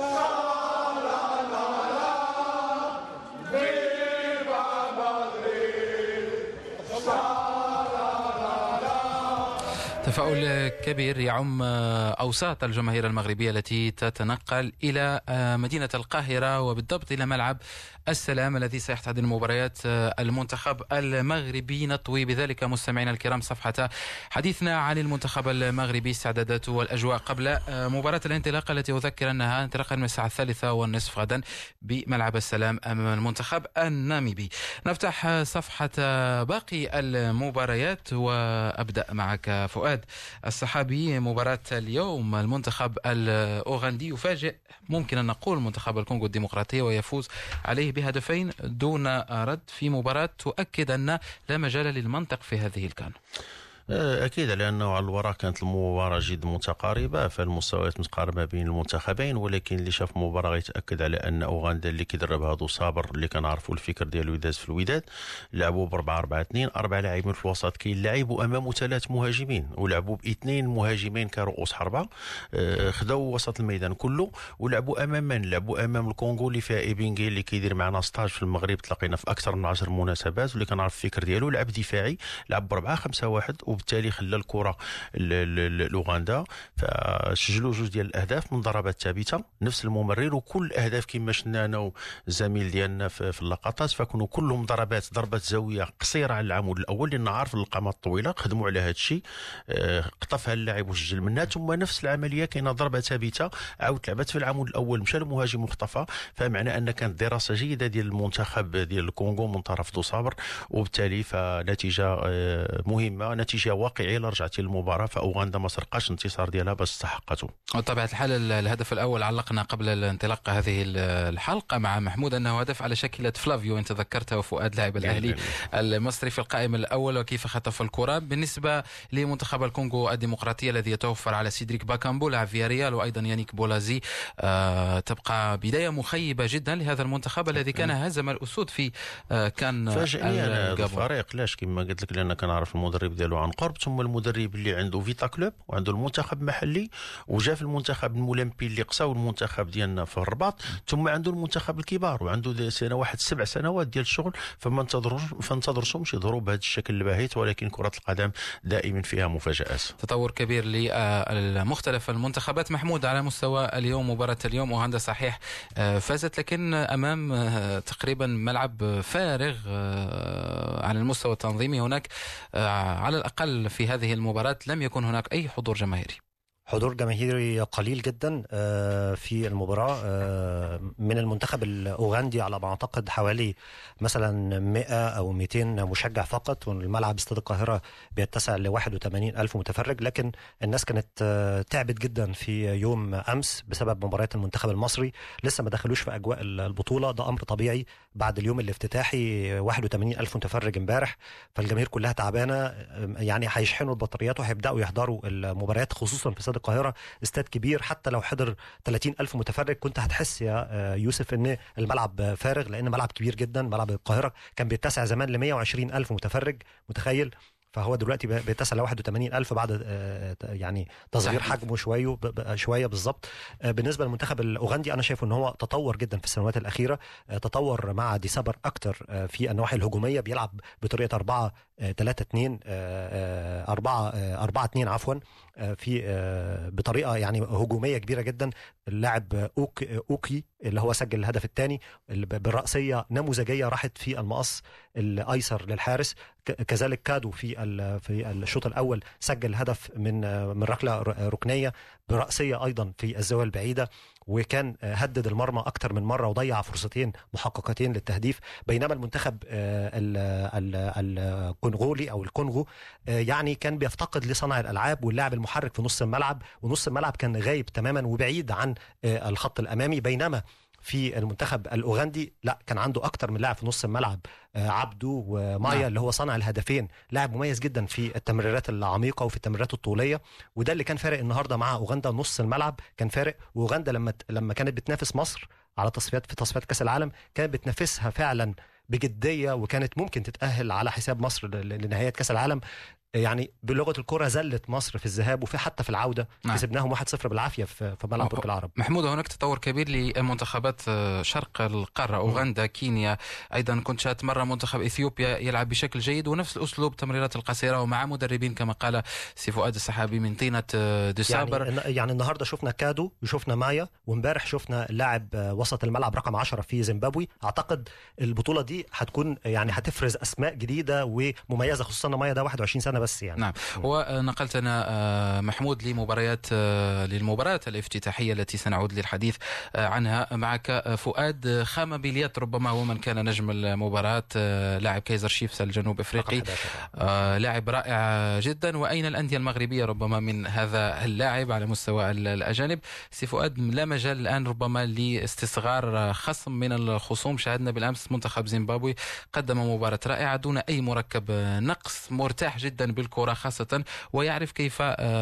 تفاؤل كبير يعم أوساط الجماهير المغربية التي تتنقل إلى مدينة القاهرة وبالضبط إلى ملعب السلام الذي سيحتضن مباريات المنتخب المغربي. نطوي بذلك مستمعينا الكرام صفحة حديثنا عن المنتخب المغربي، استعداداته والأجواء قبل مباراة الانطلاق التي أذكر أنها انطلاقا من الساعة الثالثة والنصف غدا بملعب السلام أمام المنتخب الناميبي. نفتح صفحة باقي المباريات وأبدأ معك فؤاد الصحابي. مباراة اليوم المنتخب الأوغندي يفاجئ ممكن أن نقول منتخب الكونغو الديمقراطية ويفوز عليه بهدفين دون رد في مباراة تؤكد أن لا مجال للمنطق في هذه الكان. أكيد لأنه على الوراء كانت المباراة جد متقاربة، فالمستويات متقاربة بين المنتخبين، ولكن اللي شاف المباراة يتأكد على أن أوغندا اللي كيدربها دو صابر اللي كنعرفوا الفكر ديالو يداز في الوداد لعبوا بأربعة أربعة اثنين، أربع لاعبين في الوسط كاين لاعب وأمامه ثلاث مهاجمين، ولعبوا باثنين مهاجمين كرؤوس حربة، خداو وسط الميدان كله ولعبوا أمام من؟ لعبوا أمام الكونغو اللي فيها إيبينغي اللي كيدير معنا ستاج في المغرب، تلاقينا في أكثر من عشر مناسبات واللي كنعرف الفكر ديالو. لعب دفاعي لعب بأربعة خمسة واحد وبالتالي خلى الكره لأوغندا، فسجلوا جوج ديال الاهداف من ضربات ثابته نفس الممرر، وكل اهداف كما شفنا انا والزميل ديالنا في اللقطات فكانوا كلهم ضربات ضربات زاويه قصيره على العمود الاول لان عارف القامات الطويله، خدموا على هذا الشيء، قطفها اللاعب وسجل منها، ثم نفس العمليه كاينه ضربه ثابته عاود لعبت في العمود الاول مشى المهاجم مخطفه، فمعنى ان كانت دراسه جيده ديال المنتخب ديال الكونغو من طرف دو صابر، وبالتالي فنتيجه مهمه، نتيجه واقعيه. رجعتي للمباراه فاوغندا ما سرقاش الانتصار ديالها بس استحقته. وطبيعه الحال الهدف الاول علقنا قبل الانطلاق هذه الحلقه مع محمود انه هدف على شكله فلافيو، انت ذكرته فؤاد لاعب الاهلي المصري في القائم الاول وكيف خطف الكره. بالنسبه لمنتخب الكونغو الديمقراطيه الذي يتوفر على سيدريك باكامبو لاعب فياريال وايضا يانيك بولازي، آه تبقى بدايه مخيبه جدا لهذا المنتخب الذي كان هزم الاسود في آه كان فاجئني انا هذا الفريق. لاش كما قلت لك لان كنعرف المدرب ديالو عن قرب، ثم المدرب اللي عنده فيتا كلوب وعنده المنتخب المحلي وجا في المنتخب المولمبي اللي قصاو المنتخب ديالنا في الرباط، ثم عنده المنتخب الكبار وعنده سنه واحد سبع سنوات ديال الشغل، فما انتظروش فانتظرهمش يظهروا بهذا الشكل الباهت، ولكن كرة القدم دائما فيها مفاجآت. تطور كبير لمختلف المنتخبات. محمود على مستوى اليوم مباراة اليوم اوغندا صحيح فازت لكن امام تقريبا ملعب فارغ على المستوى التنظيمي، هناك على الاقل في هذه المباراة لم يكن هناك أي حضور جماهيري. حضور جماهيري قليل جدا في المباراة من المنتخب الأوغندي على ما أعتقد حوالي مثلا مئة أو مئتين مشجع فقط، والملعب استاد القاهرة بيتسع ل واحد وثمانين ألف متفرج، لكن الناس كانت تعبت جدا في يوم أمس بسبب مباراة المنتخب المصري، لسه ما دخلوش في أجواء البطولة، ده أمر طبيعي بعد اليوم الافتتاحي واحد وثمانين ألف متفرج امبارح، فالجماهير كلها تعبانة، يعني هيشحنوا البطاريات وهيبدأوا يحضروا المباريات خصوصا في استاد القاهرة استاد كبير. حتى لو حضر ثلاثين ألف متفرج كنت هتحس يا يوسف ان الملعب فارغ، لان ملعب كبير جدا. ملعب القاهرة كان بيتسع زمان ل مئة وعشرين ألف متفرج، متخيل؟ فهو دلوقتي بيتسع ل واحد وثمانين ألف بعد يعني تصغير حجمه شويه شويه بالظبط. بالنسبه للمنتخب الاوغندي انا شايفه ان هو تطور جدا في السنوات الاخيره، تطور مع ديسمبر اكتر في النواحي الهجوميه، بيلعب بطريقه أربعة ثلاثة اثنين أربعة أربعة اثنين عفوا، في بطريقه يعني هجوميه كبيره جدا. اللاعب أوك اوكي اللي هو سجل الهدف الثاني بالرأسيه نموذجيه راحت في المقص الايسر للحارس، كذلك كادو في في الشوط الاول سجل هدف من من ركله ركنيه برأسيه ايضا في الزاويه البعيده، وكان هدد المرمى اكتر من مره وضيع فرصتين محققتين للتهديف. بينما المنتخب الكونغولي او الكونغو يعني كان بيفتقد لصانع الالعاب واللاعب المحرك في نص الملعب، ونص الملعب كان غايب تماما وبعيد عن الخط الامامي. بينما في المنتخب الاوغندي لا، كان عنده اكتر من لاعب في نص الملعب، عبدو ومايا نعم. اللي هو صنع الهدفين، لاعب مميز جدا في التمريرات العميقه وفي التمريرات الطوليه، وده اللي كان فارق النهارده مع اوغندا. نص الملعب كان فارق، واوغندا لما لما كانت بتنافس مصر على تصفيات في تصفيات كاس العالم كانت بتنافسها فعلا بجديه، وكانت ممكن تتاهل على حساب مصر لنهايات كاس العالم. يعني بلغه الكره زلت مصر في الذهاب وفي حتى في العوده، نعم. كسبناهم واحد صفر بالعافيه في ملعب برج العرب. محمود، هناك تطور كبير لمنتخبات شرق القاره، اوغندا، كينيا، ايضا كنت شاهدت مره منتخب اثيوبيا يلعب بشكل جيد ونفس الاسلوب، التمريرات القصيره ومع مدربين كما قال سي فؤاد السحابي من طينه ديسمبر. يعني, يعني النهارده شفنا كادو وشفنا مايا، وامبارح شفنا لاعب وسط الملعب رقم عشرة في زيمبابوي. اعتقد البطوله دي هتكون يعني هتفرز اسماء جديده ومميزه، خصوصا مايا ده واحد وعشرين سنه بس يعني. نعم. ونقلتنا محمود لمباريات للمباراة الافتتاحية التي سنعود للحديث عنها معك. فؤاد خام بليات ربما هو من كان نجم المباراة، لاعب كايزر شيفز الجنوب افريقي، لاعب رائع جدا. واين الاندية المغربية ربما من هذا اللاعب على مستوى الاجانب؟ سي فؤاد، لا مجال الان ربما لاستصغار خصم من الخصوم. شاهدنا بالامس منتخب زيمبابوي قدم مباراة رائعة دون اي مركب نقص، مرتاح جدا بالكرة خاصة، ويعرف كيف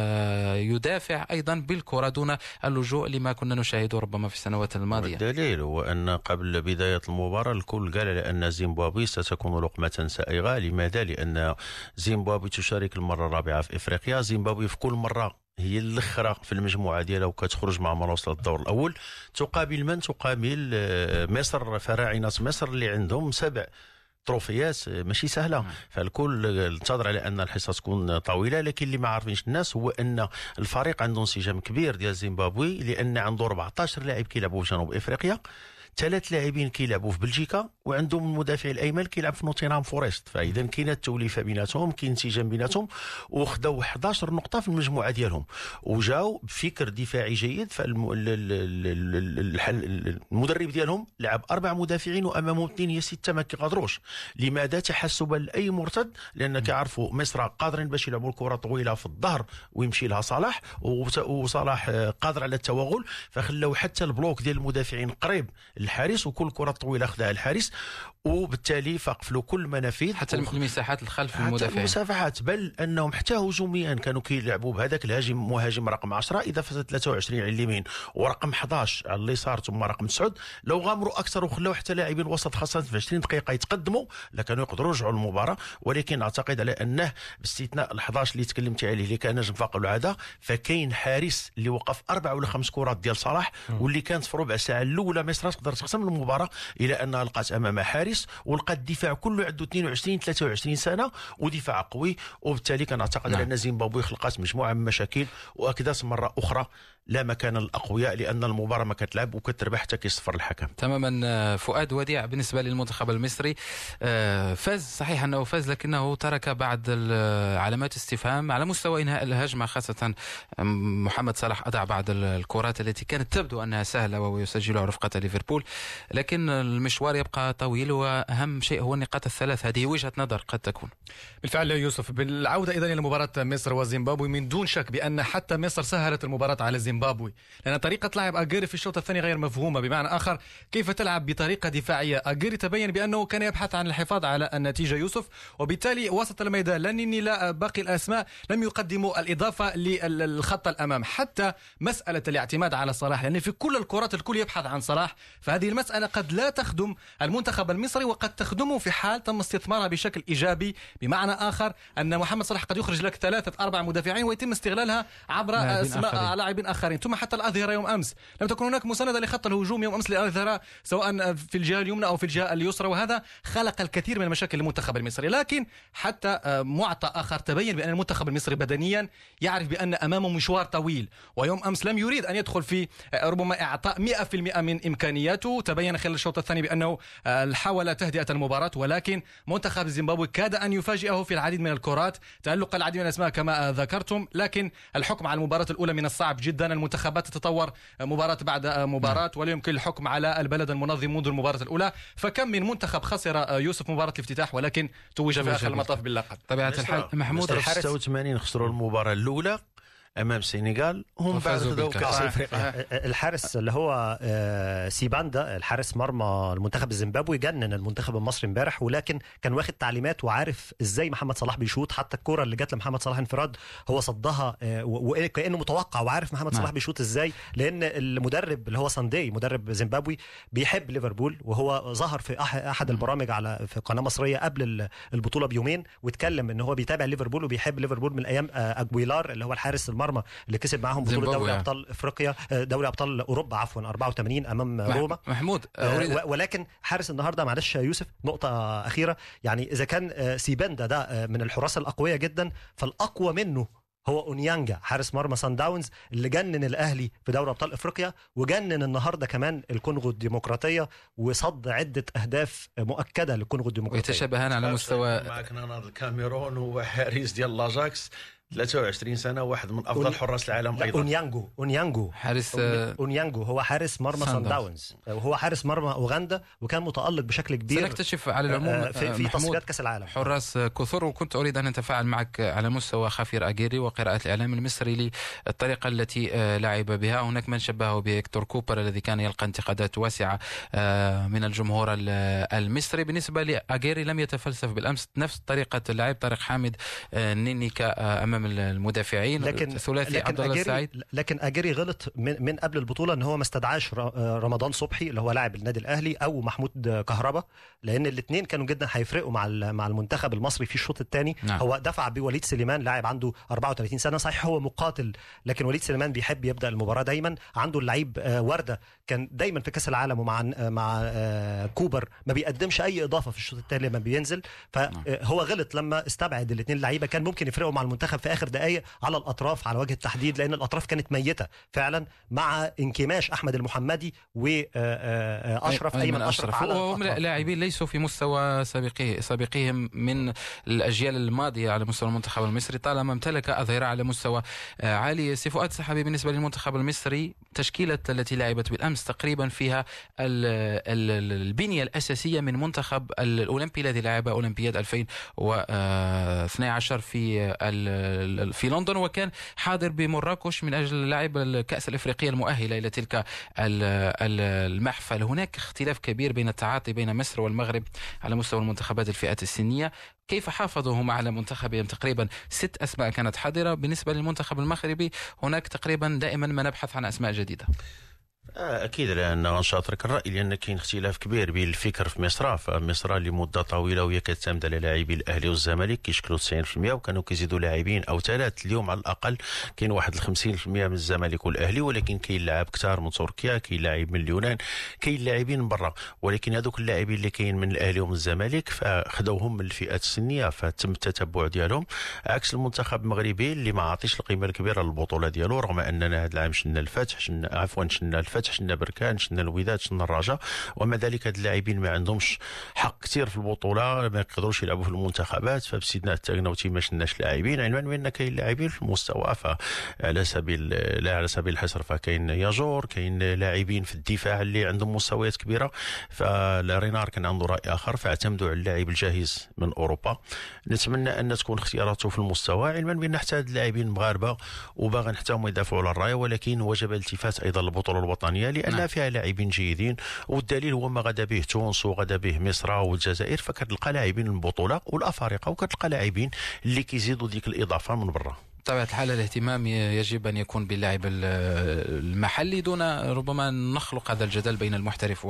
يدافع أيضا بالكرة دون اللجوء لما كنا نشاهده ربما في السنوات الماضية. الدليل هو أن قبل بداية المباراة الكل قال لأن زيمبابوي ستكون لقمة سائغة. لماذا؟ لأن زيمبابوي تشارك المرة الرابعة في إفريقيا. زيمبابوي في كل مرة هي الاخرى في المجموعه ديالها وكتخرج مع من وصل الدور الاول. تقابل من؟ تقابل مصر، فراعنه مصر اللي عندهم سبع تروفيات ماشي سهله، فالكل انتظر على ان الحصه تكون طويله. لكن اللي ما عارفينش الناس هو ان الفريق عنده انسجام كبير ديال زيمبابوي، لان عنده أربعطاش لاعب كيلعبوا في جنوب افريقيا، ثلاث لاعبين كيلعبوا في بلجيكا، وعندهم المدافع الايمن كيلعب في نوتنغهام فورست. فاذا كاينه التوليفه بيناتهم، كاين انسجام بيناتهم، وخداو أحد عشر نقطه في المجموعه ديالهم، وجاو بفكر دفاعي جيد. فالمدرب ديالهم لعب اربع مدافعين وامامهم اثنين يا سته ما كيقدروش. لماذا؟ تحسبا لاي مرتد، لان كيعرفوا مصر قادرين باش يلعبوا الكره طويله في الظهر ويمشي لها صلاح، وصلاح قادر على التوغل، فخلاو حتى البلوك ديال المدافعين قريب الحارس، وكل كره طويله خداها الحارس، وبالتالي فقفلوا كل منافذ حتى المساحات الخلف المدافعين، المسافات. بل انهم حتى هجوميا كانوا كيلعبوا بهذاك الهاجم مهاجم رقم عشرة، اضافه ثلاثة وعشرين على اليمين ورقم أحد عشر على اليسار، ثم رقم تسعة. لو غامروا اكثر وخلاو حتى لاعبين وسط خاصه في عشرين دقيقه يتقدموا، لكانوا يقدروا يرجعوا المباراه. ولكن اعتقد على انه باستثناء ال أحد عشر اللي تكلمتي عليه اللي كان نجم فاقد العاده، فكاين حارس اللي وقف اربع ولا خمس كرات ديال صلاح، واللي كانت في ربع ساعه الاولى مصر تقدر تقسم المباراه الى انها لقات امامها حارس، ولقات الدفاع كله عنده اثنين وعشرين ثلاثة وعشرين سنه ودفاع قوي. وبالتالي كنعتقد نعم. ان زيمبابوي خلقات مجموعه من المشاكل، واكدت مره اخرى لا مكان للاقوياء، لان المباراه ما كتلعب وكتربح حتى كيصفر الحكم. تماما. فؤاد وديع، بالنسبه للمنتخب المصري فاز، صحيح انه فاز، لكنه ترك بعض علامات استفهام على مستوى انهاء الهجمه، خاصه محمد صلاح اضاع بعض الكرات التي كانت تبدو انها سهله وهو يسجلها رفقه ليفربول، لكن المشوار يبقى طويل، واهم شيء هو النقاط الثلاث. هذه وجهه نظر قد تكون. بالفعل يوسف، بالعوده اذا الى مباراه مصر وزيمبابوي، من دون شك بان حتى مصر سهلت المباراه على زيمبابوي، لان طريقه لعب اجيري في الشوط الثاني غير مفهومه. بمعنى اخر، كيف تلعب بطريقه دفاعيه؟ اجيري تبين بانه كان يبحث عن الحفاظ على النتيجه يوسف، وبالتالي وسط الميدان لانني لا باقي الاسماء لم يقدموا الاضافه للخط الامام. حتى مساله الاعتماد على صلاح، لان في كل الكرات الكل يبحث عن صلاح، فهذه المساله قد لا تخدم المنتخب المنتخب المصري وقد تخدمه في حال تم استثمارها بشكل إيجابي. بمعنى آخر أن محمد صلاح قد يخرج لك ثلاثة أربع مدافعين ويتم استغلالها عبر لاعبين آخرين. ثم حتى الأظهرة يوم أمس لم تكن هناك مساندة لخط الهجوم يوم أمس للأظهرة سواء في الجهة اليمنى أو في الجهة اليسرى، وهذا خلق الكثير من المشاكل للمنتخب المصري. لكن حتى معطى آخر تبين بأن المنتخب المصري بدنيا يعرف بأن أمامه مشوار طويل، ويوم أمس لم يريد أن يدخل في ربما إعطاء مئة بالمئة من إمكانياته. تبين خلال الشوط الثاني بأنه حاول تهدئة المباراة، ولكن منتخب زيمبابوي كاد أن يفاجئه في العديد من الكرات، تألق العديد من الأسماء كما ذكرتم. لكن الحكم على المباراة الأولى من الصعب جدا، المنتخبات تتطور مباراة بعد مباراة ولا يمكن الحكم على البلد المنظم منذ المباراة الأولى. فكم من منتخب خسر يوسف مباراة الافتتاح ولكن توج في آخر المطاف باللقب. طبيعة الحال محمود الحارس ستة وثمانين خسروا المباراة الأولى امام السنغال هم فازوا بكاس افريقيا. الحارس اللي هو سيباندا الحارس مرمى المنتخب الزيمبابوي جنن المنتخب المصري امبارح، ولكن كان واخد تعليمات وعارف ازاي محمد صلاح بيشوط. حتى الكرة اللي جت لمحمد صلاح انفراد هو صدها وكانه متوقع وعارف محمد صلاح بيشوط ازاي، لان المدرب اللي هو ساندي مدرب زيمبابوي بيحب ليفربول، وهو ظهر في احد البرامج على في قناة مصرية قبل البطولة بيومين واتكلم ان هو بيتابع ليفربول وبيحب ليفربول من ايام اجويلار اللي هو الحارس المرمى اللي كسب معاهم بطولة دوري ابطال افريقيا دوري ابطال اوروبا عفوا أربعة وثمانين امام روما. محمود آه ولكن حارس النهارده معلش يوسف نقطه اخيره، يعني اذا كان سيباندا ده من الحراس الاقوياء جدا، فالاقوى منه هو اونيانجا حارس مرمى سان داونز اللي جنن الاهلي في دوري ابطال افريقيا وجنن النهارده كمان الكونغو الديمقراطيه وصد عده اهداف مؤكده للكونغو الديمقراطيه. ويتشابهان على مستوى معنا نهار الكاميرون وحارس ديال لاجاكس ثلاثة وعشرين سنة، واحد من افضل أون... حراس العالم ايضا. اونيانجو اونيانجو حارس اونيانجو هو حارس مرمى سان داونز وهو حارس مرمى اوغندا وكان متالق بشكل كبير. سنكتشف على العموم في, في تصفيات كاس العالم حراس كثر، وكنت اريد ان اتفاعل معك على مستوى خافير اجيري وقراءة الاعلام المصري للطريقة التي لعب بها. هناك من شبهه بهيكتور كوبر الذي كان يلقى انتقادات واسعة من الجمهور المصري. بالنسبة لاجيري لم يتفلسف بالامس نفس طريقة اللعب طارق حامد نينيكا امام المدافعين لكن ثلاثي عبد الله السعيد. لكن اجيري غلط من, من قبل البطوله ان هو ما استدعاش رمضان صبحي اللي هو لاعب النادي الاهلي او محمود كهربا، لان الاثنين كانوا جدا هيفرقوا مع مع المنتخب المصري في الشوط الثاني. نعم. هو دفع بوليد سليمان لاعب عنده أربعة وثلاثين سنة، صحيح هو مقاتل لكن وليد سليمان بيحب يبدا المباراه دايما. عنده اللعيب ورده كان دايما في كاس العالم ومع مع كوبر ما بيقدمش اي اضافه في الشوط الثاني لما بينزل، فهو غلط لما استبعد الاثنين لعيبه كان ممكن يفرقوا مع المنتخب في اخر دقائق على الاطراف على وجه التحديد، لان الاطراف كانت ميته فعلا مع انكماش احمد المحمدي واشرف ايمن اشرف على وهم لاعبين ليسوا في مستوى سابقيه سابقيهم من الاجيال الماضيه على مستوى المنتخب المصري طالما امتلك اظهره على مستوى عالي. سي فؤاد سحابي، بالنسبه للمنتخب المصري تشكيله التي لعبت بالامس تقريبا فيها البنيه الاساسيه من منتخب الاولمبي الذي لعب اولمبياد ألفين واثني عشر في في لندن وكان حاضر بمراكش من أجل لعب الكأس الإفريقية المؤهلة إلى تلك المحفل. هناك اختلاف كبير بين التعاطي بين مصر والمغرب على مستوى المنتخبات الفئات السنية. كيف حافظوا هم على منتخبهم؟ تقريبا ست أسماء كانت حاضرة. بالنسبة للمنتخب المغربي هناك تقريبا دائما ما نبحث عن أسماء جديدة. اكيد، لان غنشاطرك الراي لان كاين اختلاف كبير بين الفكر في مصر. فمصر لمده طويله وهي كتعتمد على لاعبي الاهلي والزمالك كيشكلوا تسعين بالمئة وكانوا كيزيدوا لاعبين او ثلاث. اليوم على الاقل كاين واحد خمسين بالمئة من الزمالك والاهلي، ولكن كاين لاعب كثار من تركيا، كاين لاعب من اليونان، كاين لاعبين من برا. ولكن هذوك اللاعبين اللي كاين من الاهلي ومن الزمالك فخذوهم من الفئات السنيه فتم التتبع ديالهم، عكس المنتخب المغربي اللي ما عطيش القيمه الكبيره للبطوله ديالو، رغم اننا هذا العام شنا الفتح شنا عفوا شنا الفتح شنا بركان شنا الوداد شنا الرجاء، ومع ذلك هاد اللاعبين ما عندهمش حق كثير في البطوله، ما يقدروش يلعبوا في المنتخبات. فبسيدنا التاغناوتي ما شناش لاعبين، علما بان كاين لاعبين في المستوى. فعلى سبيل لا على سبيل الحصر فكاين ياجور، كاين لاعبين في الدفاع اللي عندهم مستويات كبيره. فالرينار كان عنده راي اخر فاعتمدوا على اللاعب الجاهز من اوروبا. نتمنى ان تكون اختياراته في المستوى، علما بان حتى هاد اللاعبين مغاربه وباغي حتى هم يدافعوا على الرايه، ولكن وجب الالتفات ايضا للبطوله الوطنيه لان نعم. فيها لاعبين جيدين، والدليل هو ما غدا به تونس وغدا به مصر والجزائر، فكتلقى لاعبين من البطوله والافارقه وكتلقى لاعبين اللي كيزيدوا ديك الاضافه من برا. بطبيعة الحال الاهتمام يجب أن يكون باللاعب المحلي دون ربما نخلق هذا الجدل بين المحترف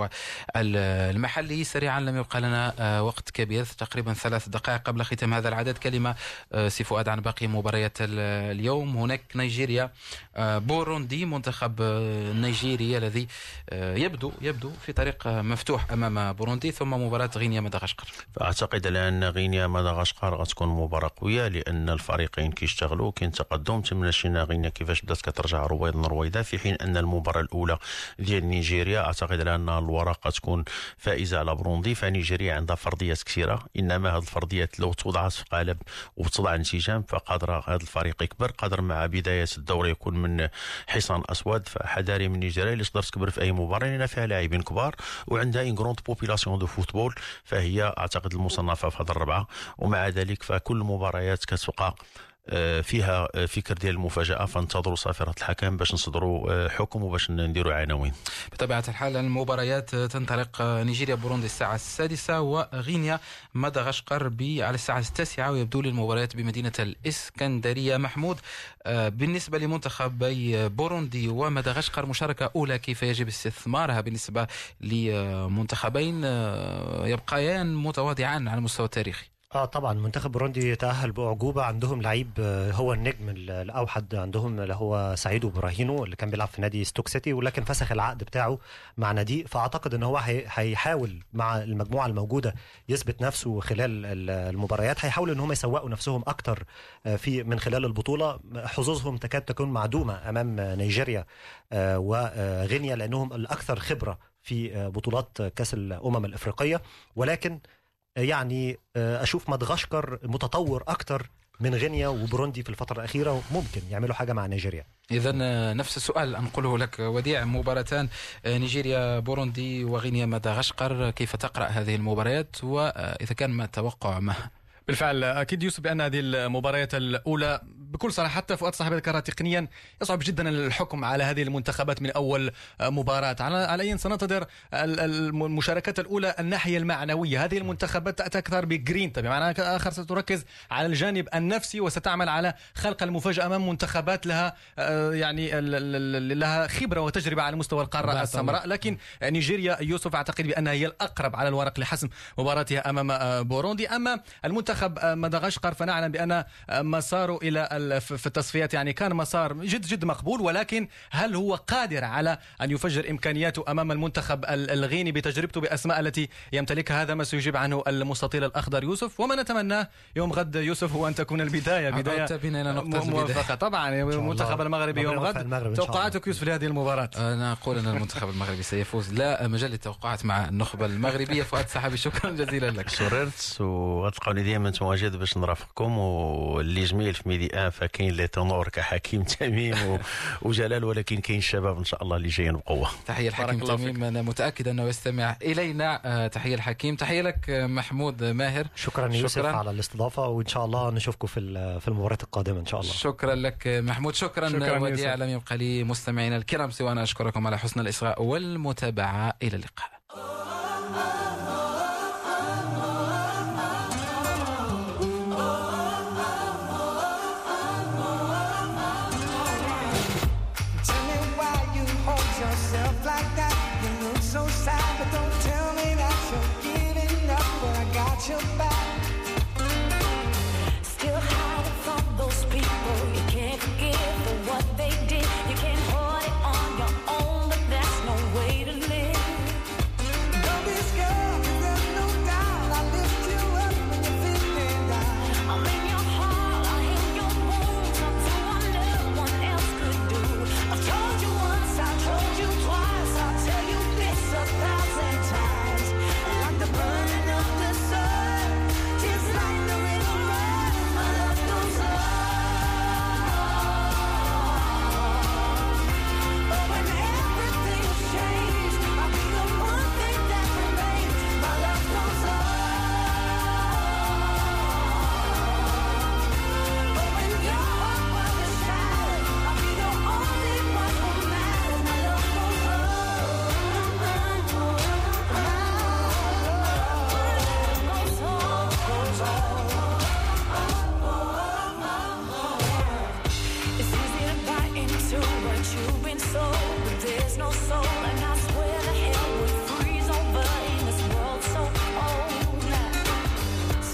والمحلي. سريعا لم يبقى لنا وقت كبير، تقريبا ثلاث دقائق قبل ختام هذا العدد. كلمة سي فؤاد عن باقي مباريات اليوم. هناك نيجيريا بوروندي، منتخب نيجيريا الذي يبدو يبدو في طريق مفتوح أمام بوروندي، ثم مباراة غينيا مدغشقر. أعتقد الآن غينيا مدغشقر غتكون مباراة قوية لأن الفريقين كيشتغلوا، كاين تقدم. تمنى شينا غينيا كيفاش بدات كترجع رويض رويضه، في حين ان المباراه الاولى ديال نيجيريا اعتقد ان الورقه تكون فائزه على بروندي. فنيجيريا عندها فرضيات كثيره، انما هذه الفرضيات لو توضعت في قالب وتضع انسجام فقادر هذا الفريق يكبر، قادر مع بدايه الدوري يكون من حصان اسود. فحذاري من نيجيريا اللي تقدر تكبر في اي مباراه لان فيها لاعبين كبار وعندها ان غروند بوبولاسيون دو فوتبول، فهي اعتقد المصنفه في هذه الربعه. ومع ذلك فكل المباريات كتبقى فيها فكر ديال المفاجأة، فانتظروا صافرة الحكم باش نصدروا حكم وباش نديروا عناوين. بطبيعة الحال المباريات تنطلق نيجيريا بوروندي الساعة السادسة وغينيا مدغشقر على الساعة التاسعة، ويبدو لي المباريات بمدينة الإسكندرية. محمود، بالنسبة لمنتخبي بوروندي ومدغشقر مشاركة أولى، كيف يجب استثمارها بالنسبة لمنتخبين يبقيان متواضعان على المستوى التاريخي؟ اه طبعا منتخب بوروندي تأهل بأعجوبة. عندهم لعيب هو النجم الأوحد عندهم اللي هو سعيدو براهينو اللي كان بيلعب في نادي ستوك سيتي، ولكن فسخ العقد بتاعه مع نادي. فأعتقد ان هو هيحاول مع المجموعة الموجودة يثبت نفسه خلال المباريات، هيحاولوا ان هم يسوقوا نفسهم أكتر في من خلال البطولة. حظوظهم تكاد تكون معدومة أمام نيجيريا وغينيا لأنهم الأكثر خبرة في بطولات كأس الأمم الإفريقية، ولكن يعني أشوف مدغشقر متطور أكتر من غينيا وبروندي في الفترة الأخيرة، ممكن يعملوا حاجة مع نيجيريا. إذن نفس السؤال أنقله لك وديع، مباراتان نيجيريا بوروندي وغينيا مدغشقر، كيف تقرأ هذه المباريات وإذا كان ما توقع ما؟ بالفعل أكيد يوسف بأن هذه المباريات الأولى بكل صراحة حتى فؤاد صاحب الكرة تقنيا يصعب جدا الحكم على هذه المنتخبات من أول مباراة. على على سننتظر المشاركات الأولى الناحية المعنوية. هذه المنتخبات تأتي أكثر بجرين، بمعنى آخر ستركز على الجانب النفسي وستعمل على خلق المفاجأة أمام منتخبات لها يعني لها خبرة وتجربة على مستوى القارة السمراء. لكن نيجيريا يوسف أعتقد بأنها هي الأقرب على الورق لحسم مباراتها أمام بوروندي. أما المنتخب مدغشقر فنعلم بأن مساره إلى في التصفيات يعني كان مسار جد جد مقبول، ولكن هل هو قادر على أن يفجر إمكانياته أمام المنتخب الغيني بتجربته بأسماء التي يمتلكها؟ هذا ما سيجيب عنه المستطيل الأخضر يوسف. وما نتمناه يوم غد يوسف هو أن تكون البداية بداية موفقة. طبعا المنتخب المغربي يوم غد. توقعاتك يوسف لهذه المباراة؟ أنا أقول أن المنتخب المغربي سيفوز، لا مجال للتوقعات مع النخبة المغربية. فؤاد صحابي شكرا جزيلا لك. سررت وغتلقاوني ديما متواجد باش نرافقكم، واللي جميل في ميدي ان فكاين لي تونور كحكيم تميم وجلال، ولكن كاين الشباب ان شاء الله اللي جايين بقوه. تحيه الحكيم تميم، انا متاكد انه يستمع الينا. تحيه الحكيم، تحيه لك محمود ماهر. شكرا يوسف شكرا على الاستضافه، وان شاء الله نشوفكم في في المباريات القادمه ان شاء الله. شكرا لك محمود. شكرا, شكرا وديع. لم يبقى لي مستمعينا الكرام سوى ان اشكركم على حسن الاصغاء والمتابعه. الى اللقاء. Like that, you look so sad, but don't tell me that you're giving up when I got your back. Still hiding from those people you can't forgive for what they did. You can't hold it on your own, but that's no way to live. Don't be scared.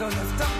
lift up